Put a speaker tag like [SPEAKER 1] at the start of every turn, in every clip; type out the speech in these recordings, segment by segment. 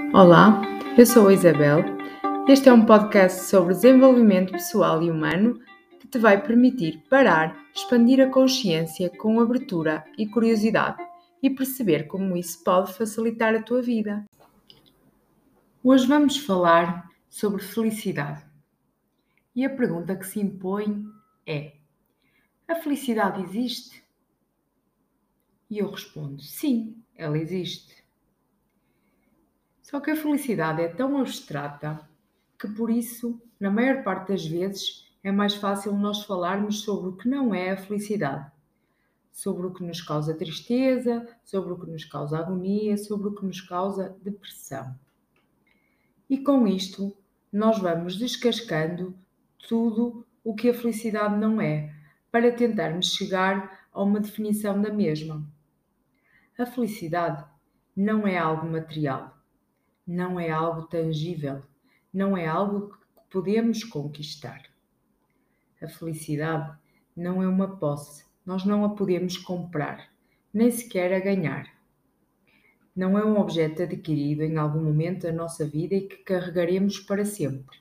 [SPEAKER 1] Olá, eu sou a Isabel. Este é um podcast sobre desenvolvimento pessoal e humano que te vai permitir parar, expandir a consciência com abertura e curiosidade e perceber como isso pode facilitar a tua vida. Hoje vamos falar sobre felicidade. E a pergunta que se impõe é: a felicidade existe? E eu respondo: sim, ela existe. Só que a felicidade é tão abstrata que, por isso, na maior parte das vezes, é mais fácil nós falarmos sobre o que não é a felicidade, sobre o que nos causa tristeza, sobre o que nos causa agonia, sobre o que nos causa depressão. E com isto, nós vamos descascando tudo o que a felicidade não é, para tentarmos chegar a uma definição da mesma. A felicidade não é algo material. Não é algo tangível, não é algo que podemos conquistar. A felicidade não é uma posse, nós não a podemos comprar, nem sequer a ganhar. Não é um objeto adquirido em algum momento da nossa vida e que carregaremos para sempre.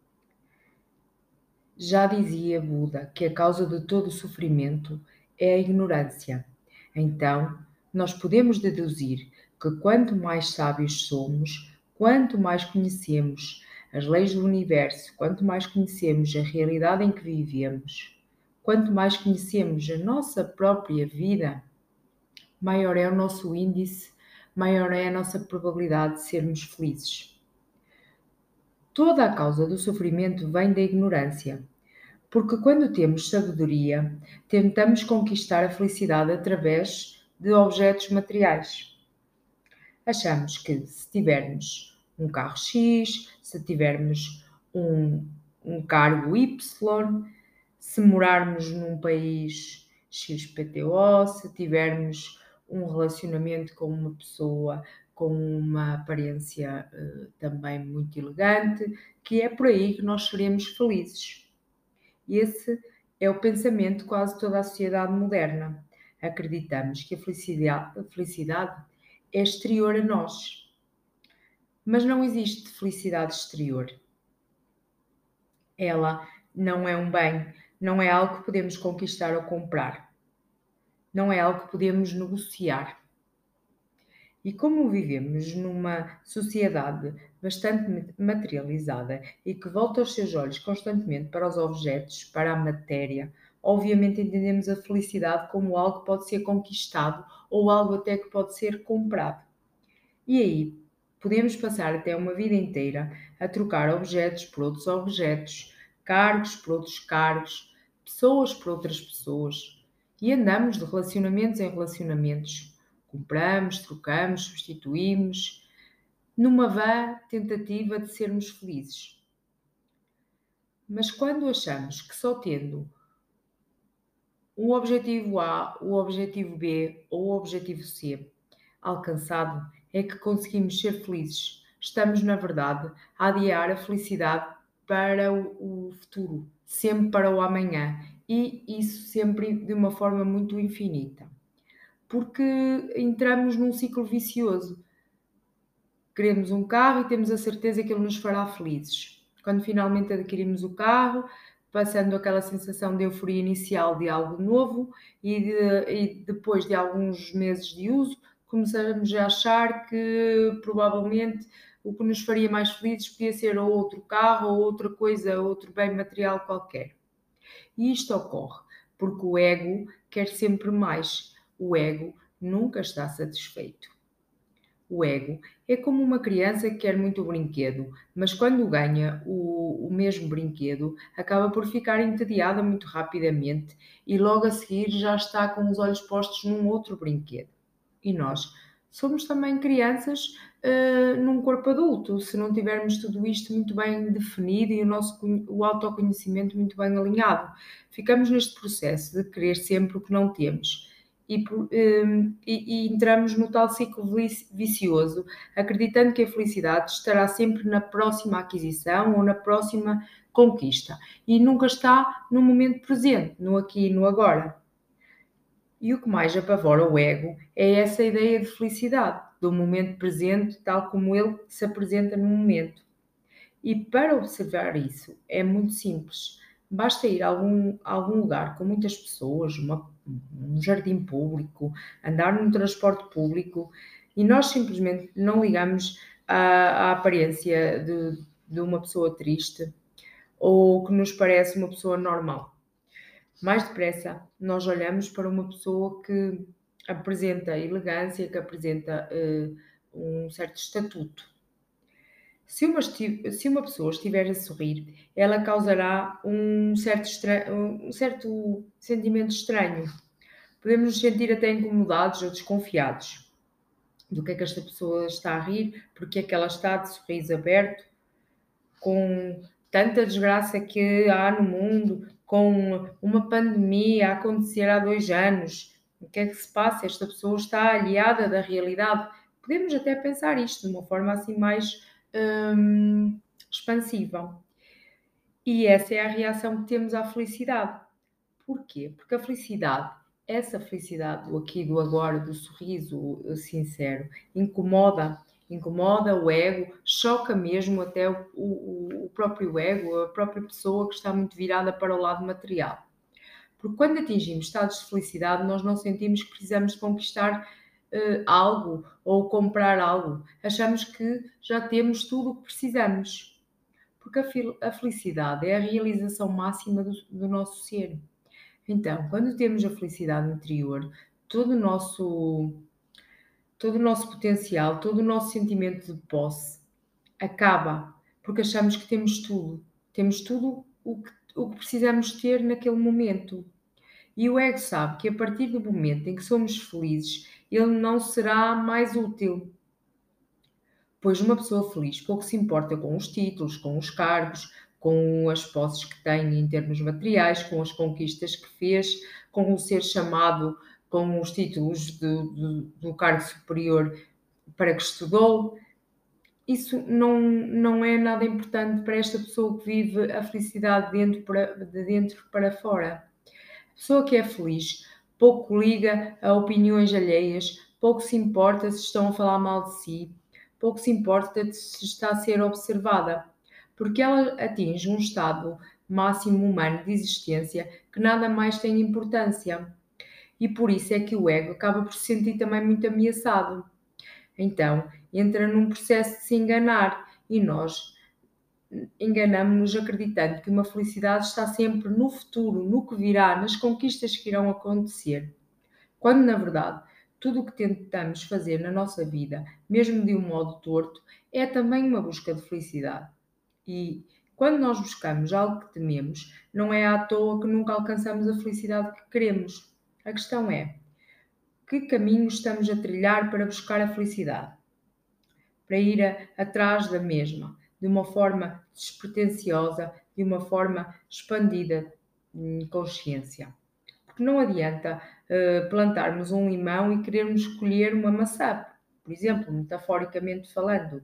[SPEAKER 1] Já dizia Buda que a causa de todo o sofrimento é a ignorância. Então, nós podemos deduzir que quanto mais sábios somos, quanto mais conhecemos as leis do universo, quanto mais conhecemos a realidade em que vivemos, quanto mais conhecemos a nossa própria vida, maior é o nosso índice, maior é a nossa probabilidade de sermos felizes. Toda a causa do sofrimento vem da ignorância, porque quando temos sabedoria, tentamos conquistar a felicidade através de objetos materiais. Achamos que se tivermos um carro X, se tivermos um cargo Y, se morarmos num país XPTO, se tivermos um relacionamento com uma pessoa com uma aparência também muito elegante, que é por aí que nós seremos felizes. Esse é o pensamento de quase toda a sociedade moderna. Acreditamos que a felicidade é exterior a nós. Mas não existe felicidade exterior. Ela não é um bem, não é algo que podemos conquistar ou comprar. Não é algo que podemos negociar. E como vivemos numa sociedade bastante materializada e que volta os seus olhos constantemente para os objetos, para a matéria, obviamente entendemos a felicidade como algo que pode ser conquistado ou algo até que pode ser comprado. E aí, podemos passar até uma vida inteira a trocar objetos por outros objetos, cargos por outros cargos, pessoas por outras pessoas. E andamos de relacionamentos em relacionamentos. Compramos, trocamos, substituímos, numa vã tentativa de sermos felizes. Mas quando achamos que só tendo um objetivo A, o objetivo B ou o objetivo C alcançado é que conseguimos ser felizes, estamos, na verdade, a adiar a felicidade para o futuro, sempre para o amanhã, e isso sempre de uma forma muito infinita. Porque entramos num ciclo vicioso. Queremos um carro e temos a certeza que ele nos fará felizes. Quando finalmente adquirimos o carro, passando aquela sensação de euforia inicial de algo novo e depois de alguns meses de uso, começamos a achar que provavelmente o que nos faria mais felizes podia ser ou outro carro ou outra coisa, outro bem material qualquer. E isto ocorre porque o ego quer sempre mais. O ego nunca está satisfeito. O ego é como uma criança que quer muito o brinquedo, mas quando ganha o mesmo brinquedo, acaba por ficar entediada muito rapidamente e logo a seguir já está com os olhos postos num outro brinquedo. E nós somos também crianças num corpo adulto, se não tivermos tudo isto muito bem definido e o autoconhecimento muito bem alinhado. Ficamos neste processo de querer sempre o que não temos. E entramos no tal ciclo vicioso, acreditando que a felicidade estará sempre na próxima aquisição ou na próxima conquista e nunca está no momento presente, no aqui e no agora. E o que mais apavora o ego é essa ideia de felicidade. do momento presente, tal como ele se apresenta no momento. E para observar isso é muito simples. Basta ir a algum lugar com muitas pessoas, um jardim público, andar num transporte público e nós simplesmente não ligamos à aparência de uma pessoa triste ou que nos parece uma pessoa normal. Mais depressa, nós olhamos para uma pessoa que apresenta elegância, que apresenta um certo estatuto. Se uma pessoa estiver a sorrir, ela causará um certo sentimento estranho. Podemos nos sentir até incomodados ou desconfiados do que é que esta pessoa está a rir, porque é que ela está de sorriso aberto, com tanta desgraça que há no mundo, com uma pandemia a acontecer há 2 anos. O que é que se passa? Esta pessoa está aliada da realidade. Podemos até pensar isto de uma forma assim mais expansiva. E essa é a reação que temos à felicidade. Porquê? Porque a felicidade, essa felicidade do aqui e do agora, do sorriso sincero, incomoda o ego, choca mesmo até o próprio ego, a própria pessoa que está muito virada para o lado material. Porque quando atingimos estados de felicidade, nós não sentimos que precisamos conquistar algo ou comprar algo. Achamos que já temos tudo o que precisamos. Porque a felicidade é a realização máxima do nosso ser. Então, quando temos a felicidade interior, todo o nosso, todo o nosso potencial, todo o nosso sentimento de posse acaba, porque achamos que temos tudo o que precisamos ter naquele momento. E o ego sabe que a partir do momento em que somos felizes, ele não será mais útil. Pois uma pessoa feliz pouco se importa com os títulos, com os cargos, com as posses que tem em termos materiais, com as conquistas que fez, com o ser chamado com os títulos do cargo superior para que estudou. Isso não é nada importante para esta pessoa que vive a felicidade de dentro para fora. A pessoa que é feliz pouco liga a opiniões alheias, pouco se importa se estão a falar mal de si, pouco se importa de se está a ser observada, porque ela atinge um estado máximo humano de existência que nada mais tem importância. E por isso é que o ego acaba por se sentir também muito ameaçado. Então, entra num processo de se enganar e nós enganamos-nos acreditando que uma felicidade está sempre no futuro, no que virá, nas conquistas que irão acontecer. Quando, na verdade, tudo o que tentamos fazer na nossa vida, mesmo de um modo torto, é também uma busca de felicidade. E quando nós buscamos algo que tememos, não é à toa que nunca alcançamos a felicidade que queremos. A questão é: que caminho estamos a trilhar para buscar a felicidade? Para ir atrás da mesma, de uma forma despretensiosa, de uma forma expandida em consciência. Porque não adianta plantarmos um limão e querermos colher uma maçã, por exemplo, metaforicamente falando.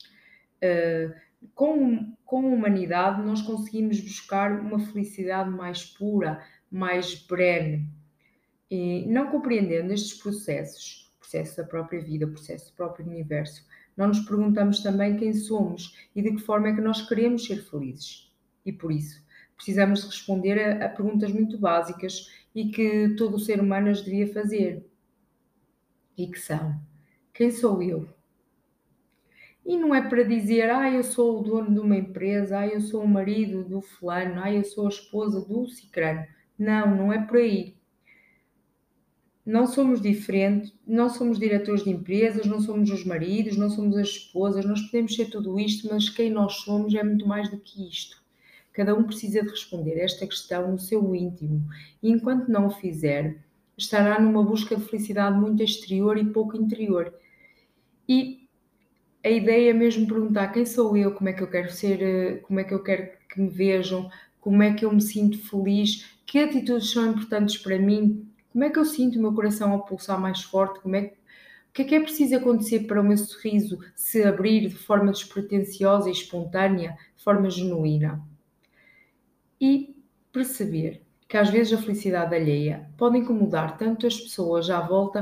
[SPEAKER 1] Com a humanidade, nós conseguimos buscar uma felicidade mais pura, mais perene. E não compreendendo estes processos, o processo da própria vida, o processo do próprio universo, não nos perguntamos também quem somos e de que forma é que nós queremos ser felizes. E por isso, precisamos de responder a perguntas muito básicas e que todo o ser humano as devia fazer. E que são: quem sou eu? E não é para dizer, eu sou o dono de uma empresa, eu sou o marido do fulano, eu sou a esposa do cicrano. Não, não é por aí. Não somos diferentes, não somos diretores de empresas, não somos os maridos, não somos as esposas, nós podemos ser tudo isto, mas quem nós somos é muito mais do que isto. Cada um precisa de responder esta questão no seu íntimo, e enquanto não o fizer, estará numa busca de felicidade muito exterior e pouco interior. E a ideia é mesmo perguntar quem sou eu, como é que eu quero ser, como é que eu quero que me vejam, como é que eu me sinto feliz, que atitudes são importantes para mim, como é que eu sinto o meu coração a pulsar mais forte, o que é preciso acontecer para o meu sorriso se abrir de forma despretensiosa e espontânea, de forma genuína. E perceber que às vezes a felicidade alheia pode incomodar tanto as pessoas à volta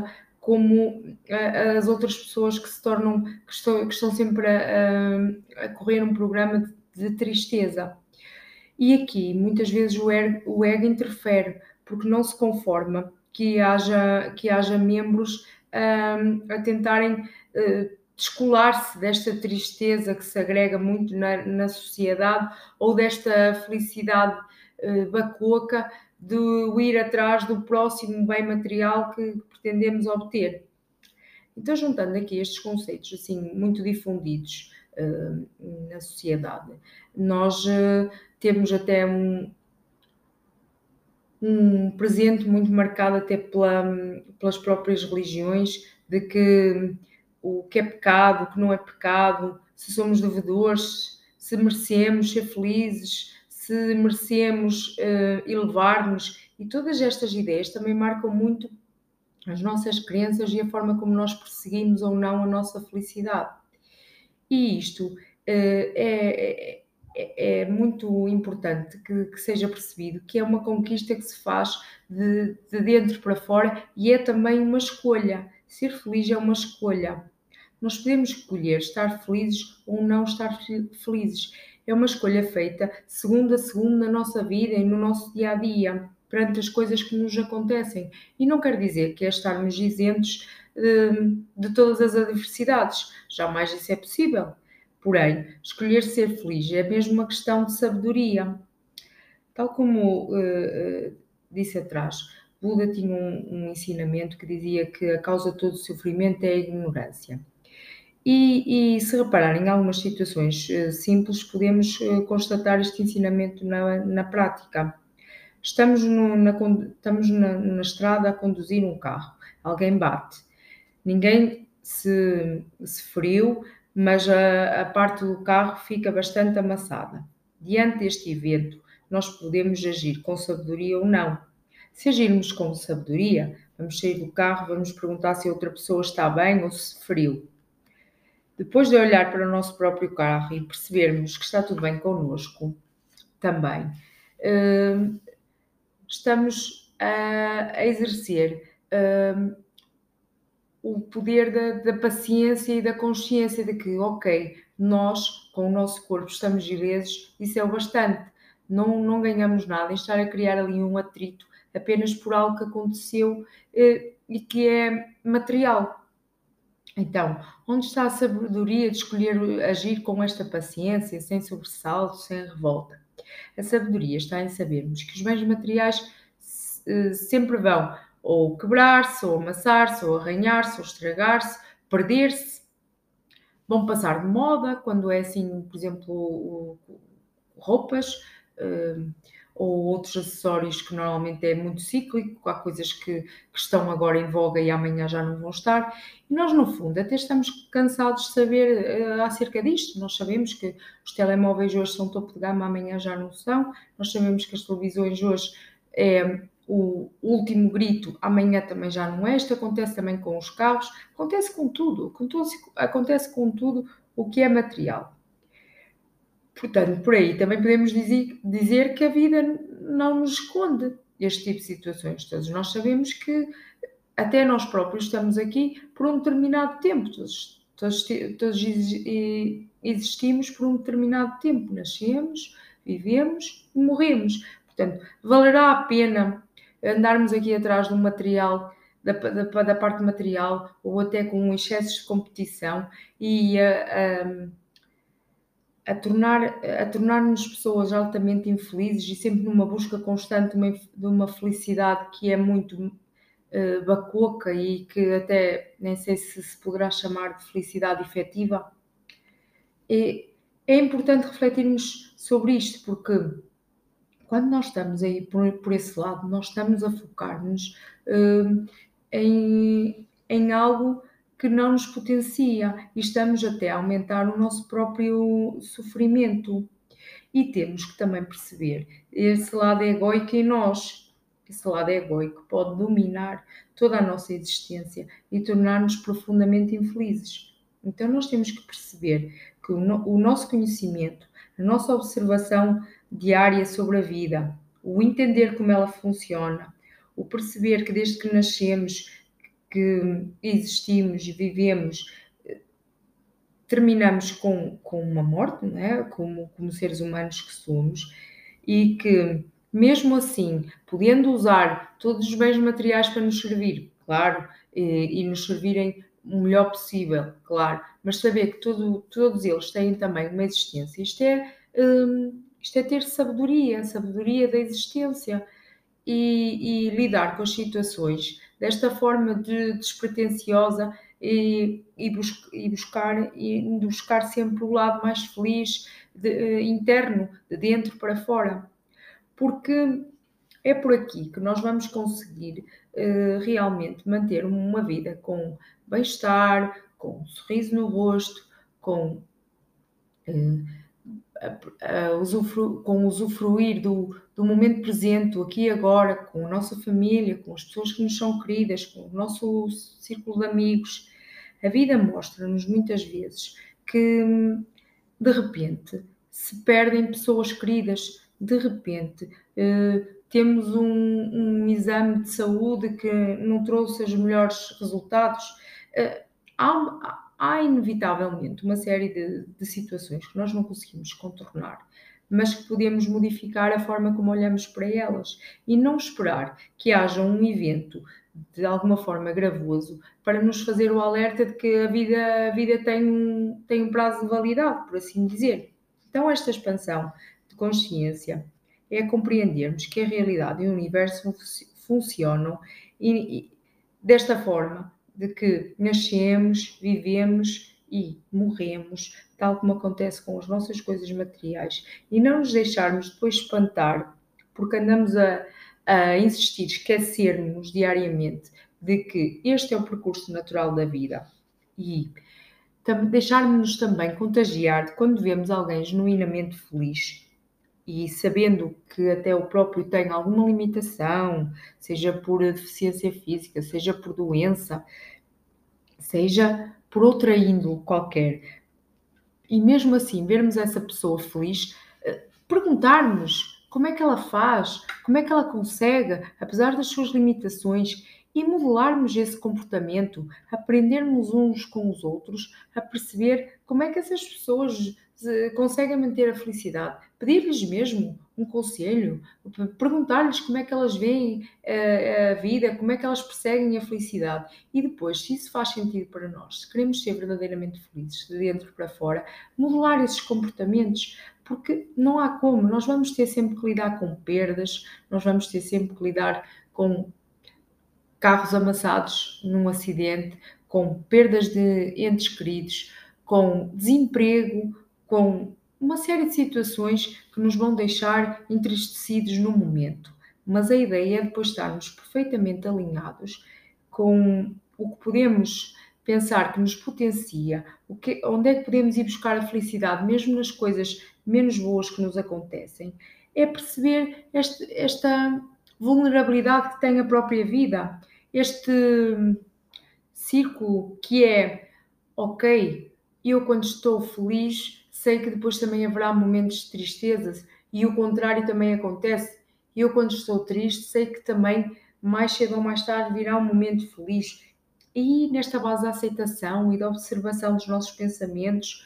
[SPEAKER 1] como as outras pessoas que se tornam, que estão sempre a correr um programa de tristeza. E aqui, muitas vezes, o ego interfere, porque não se conforma que haja membros a tentarem descolar-se desta tristeza que se agrega muito na sociedade, ou desta felicidade bacoca de ir atrás do próximo bem material que pretendemos obter. Então, juntando aqui estes conceitos assim muito difundidos na sociedade, nós temos até um presente muito marcado até pelas próprias religiões, de que o que é pecado, o que não é pecado, se somos devedores, se merecemos ser felizes, se merecemos elevar-nos, e todas estas ideias também marcam muito as nossas crenças e a forma como nós perseguimos ou não a nossa felicidade. E isto é muito importante que seja percebido que é uma conquista que se faz de dentro para fora, e é também uma escolha. Ser feliz é uma escolha. Nós podemos escolher estar felizes ou não estar felizes. É uma escolha feita segundo a segundo na nossa vida e no nosso dia a dia, perante as coisas que nos acontecem. E não quer dizer que é estarmos isentos de todas as adversidades. Jamais isso é possível. Porém, escolher ser feliz é mesmo uma questão de sabedoria. Tal como disse atrás, Buda tinha um ensinamento que dizia que a causa de todo o sofrimento é a ignorância. E se repararem em algumas situações simples, podemos constatar este ensinamento na prática. Estamos na estrada a conduzir um carro, alguém bate, ninguém se feriu, mas a parte do carro fica bastante amassada. Diante deste evento, nós podemos agir com sabedoria ou não. Se agirmos com sabedoria, vamos sair do carro, vamos perguntar se a outra pessoa está bem ou se feriu. Depois de olhar para o nosso próprio carro e percebermos que está tudo bem connosco, também estamos a exercer o poder da paciência e da consciência de que, ok, nós, com o nosso corpo, estamos ilesos, isso é o bastante. Não ganhamos nada em estar a criar ali um atrito apenas por algo que aconteceu e que é material. Então, onde está a sabedoria de escolher agir com esta paciência, sem sobressalto, sem revolta? A sabedoria está em sabermos que os bens materiais sempre vão ou quebrar-se, ou amassar-se, ou arranhar-se, ou estragar-se, perder-se, vão passar de moda, quando é assim, por exemplo, roupas, ou outros acessórios que normalmente é muito cíclico, há coisas que estão agora em voga e amanhã já não vão estar, e nós no fundo até estamos cansados de saber acerca disto. Nós sabemos que os telemóveis hoje são topo de gama, amanhã já não são, nós sabemos que as televisões hoje é o último grito, amanhã também já não é. Isto acontece também com os carros, acontece com tudo, acontece com tudo o que é material. Portanto, por aí também podemos dizer que a vida não nos esconde este tipo de situações. Todos nós sabemos que até nós próprios estamos aqui por um determinado tempo. Todos existimos por um determinado tempo. Nascemos, vivemos e morremos. Portanto, valerá a pena andarmos aqui atrás de um material, da parte material, ou até com excessos de competição e a tornar-nos pessoas altamente infelizes e sempre numa busca constante de uma felicidade que é muito bacoca e que até nem sei se poderá chamar de felicidade efetiva. É importante refletirmos sobre isto, porque quando nós estamos aí por esse lado, nós estamos a focar-nos em algo que não nos potencia e estamos até a aumentar o nosso próprio sofrimento. E temos que também perceber esse lado egóico em nós. Esse lado egóico pode dominar toda a nossa existência e tornar-nos profundamente infelizes. Então nós temos que perceber que o nosso conhecimento, a nossa observação diária sobre a vida, o entender como ela funciona, o perceber que desde que nascemos que existimos e vivemos, terminamos com uma morte, não é? Como seres humanos que somos, e que, mesmo assim, podendo usar todos os bens materiais para nos servir, claro, e nos servirem o melhor possível, claro, mas saber que todos eles têm também uma existência, isto é ter sabedoria, sabedoria da existência e lidar com as situações desta forma despretensiosa e buscar sempre o lado mais feliz interno, de dentro para fora, porque é por aqui que nós vamos conseguir realmente manter uma vida com bem-estar, com um sorriso no rosto, com com usufruir do momento presente, do aqui e agora, com a nossa família, com as pessoas que nos são queridas, com o nosso círculo de amigos. A vida mostra-nos muitas vezes que, de repente, se perdem pessoas queridas, de repente, temos um exame de saúde que não trouxe os melhores resultados. Há inevitavelmente uma série de situações que nós não conseguimos contornar, mas que podemos modificar a forma como olhamos para elas e não esperar que haja um evento de alguma forma gravoso para nos fazer o alerta de que a vida tem um prazo de validade, por assim dizer. Então, esta expansão de consciência é compreendermos que a realidade e o universo funcionam desta forma, de que nascemos, vivemos e morremos, tal como acontece com as nossas coisas materiais, e não nos deixarmos depois espantar, porque andamos a insistir, esquecermos diariamente de que este é o percurso natural da vida e deixarmos-nos também contagiar quando vemos alguém genuinamente feliz e sabendo que até o próprio tem alguma limitação, seja por deficiência física, seja por doença, seja por outra índole qualquer, e mesmo assim vermos essa pessoa feliz, perguntarmos como é que ela faz, como é que ela consegue, apesar das suas limitações, e modelarmos esse comportamento, aprendermos uns com os outros, a perceber como é que essas pessoas conseguem manter a felicidade, pedir-lhes mesmo um conselho, perguntar-lhes como é que elas veem a vida, como é que elas perseguem a felicidade e depois, se isso faz sentido para nós, se queremos ser verdadeiramente felizes, de dentro para fora, modelar esses comportamentos, porque não há como, nós vamos ter sempre que lidar com perdas, nós vamos ter sempre que lidar com carros amassados num acidente, com perdas de entes queridos, com desemprego, com uma série de situações que nos vão deixar entristecidos no momento. Mas a ideia é depois estarmos perfeitamente alinhados com o que podemos pensar que nos potencia, onde é que podemos ir buscar a felicidade, mesmo nas coisas menos boas que nos acontecem, é perceber esta vulnerabilidade que tem a própria vida, este círculo que é, ok, eu quando estou feliz sei que depois também haverá momentos de tristeza e o contrário também acontece. Eu quando estou triste sei que também mais cedo ou mais tarde virá um momento feliz. E nesta base da aceitação e da observação dos nossos pensamentos,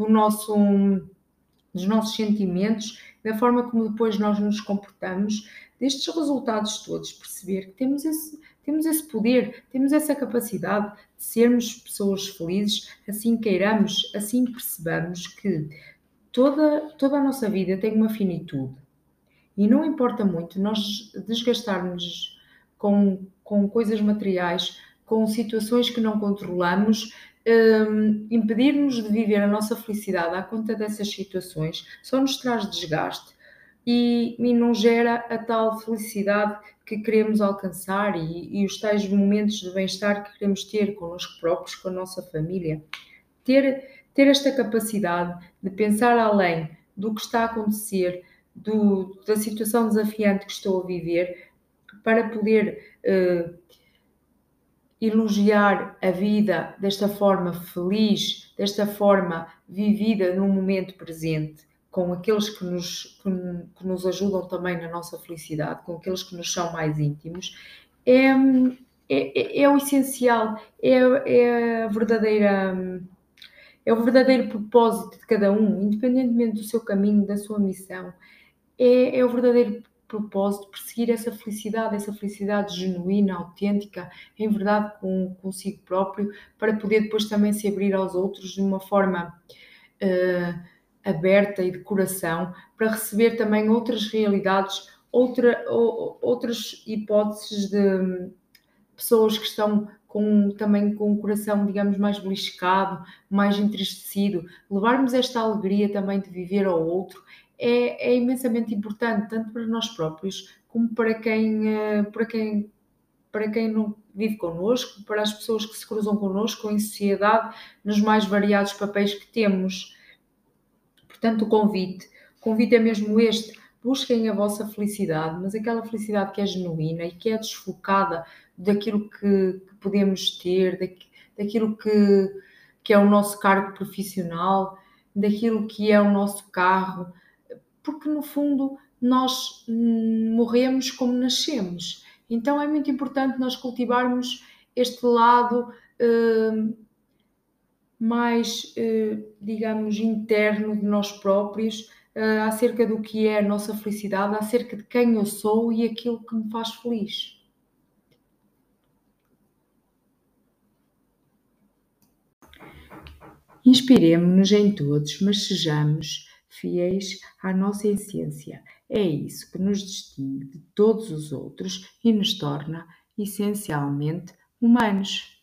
[SPEAKER 1] dos nossos sentimentos, da forma como depois nós nos comportamos, destes resultados todos, perceber que temos esse poder, temos essa capacidade de sermos pessoas felizes, assim queiramos, assim percebamos que toda a nossa vida tem uma finitude. E não importa muito nós desgastarmos com coisas materiais, com situações que não controlamos, impedir-nos de viver a nossa felicidade à conta dessas situações, só nos traz desgaste e não gera a tal felicidade que queremos alcançar e os tais momentos de bem-estar que queremos ter connosco próprios, com a nossa família. Ter esta capacidade de pensar além do que está a acontecer, da situação desafiante que estou a viver, para poder elogiar a vida desta forma feliz, desta forma vivida no momento presente, com aqueles que nos ajudam também na nossa felicidade, com aqueles que nos são mais íntimos, é, é o essencial, é a verdadeira, é o verdadeiro propósito de cada um, independentemente do seu caminho, da sua missão. É o verdadeiro propósito, perseguir essa felicidade genuína, autêntica, em verdade consigo próprio, para poder depois também se abrir aos outros de uma forma eh, aberta e de coração, para receber também outras realidades, outras hipóteses de pessoas que estão também com o coração, digamos, mais beliscado, mais entristecido. Levarmos esta alegria também de viver ao outro é imensamente importante, tanto para nós próprios como para quem não vive connosco, para as pessoas que se cruzam connosco em sociedade, nos mais variados papéis que temos. Portanto, o convite é mesmo este: busquem a vossa felicidade, mas aquela felicidade que é genuína e que é desfocada daquilo que podemos ter, daquilo que é o nosso cargo profissional, daquilo que é o nosso carro, porque no fundo nós morremos como nascemos. Então é muito importante nós cultivarmos este lado mais, digamos, interno de nós próprios, acerca do que é a nossa felicidade, acerca de quem eu sou e aquilo que me faz feliz. Inspiremo-nos em todos, mas sejamos fiéis à nossa essência. É isso que nos distingue de todos os outros e nos torna essencialmente humanos.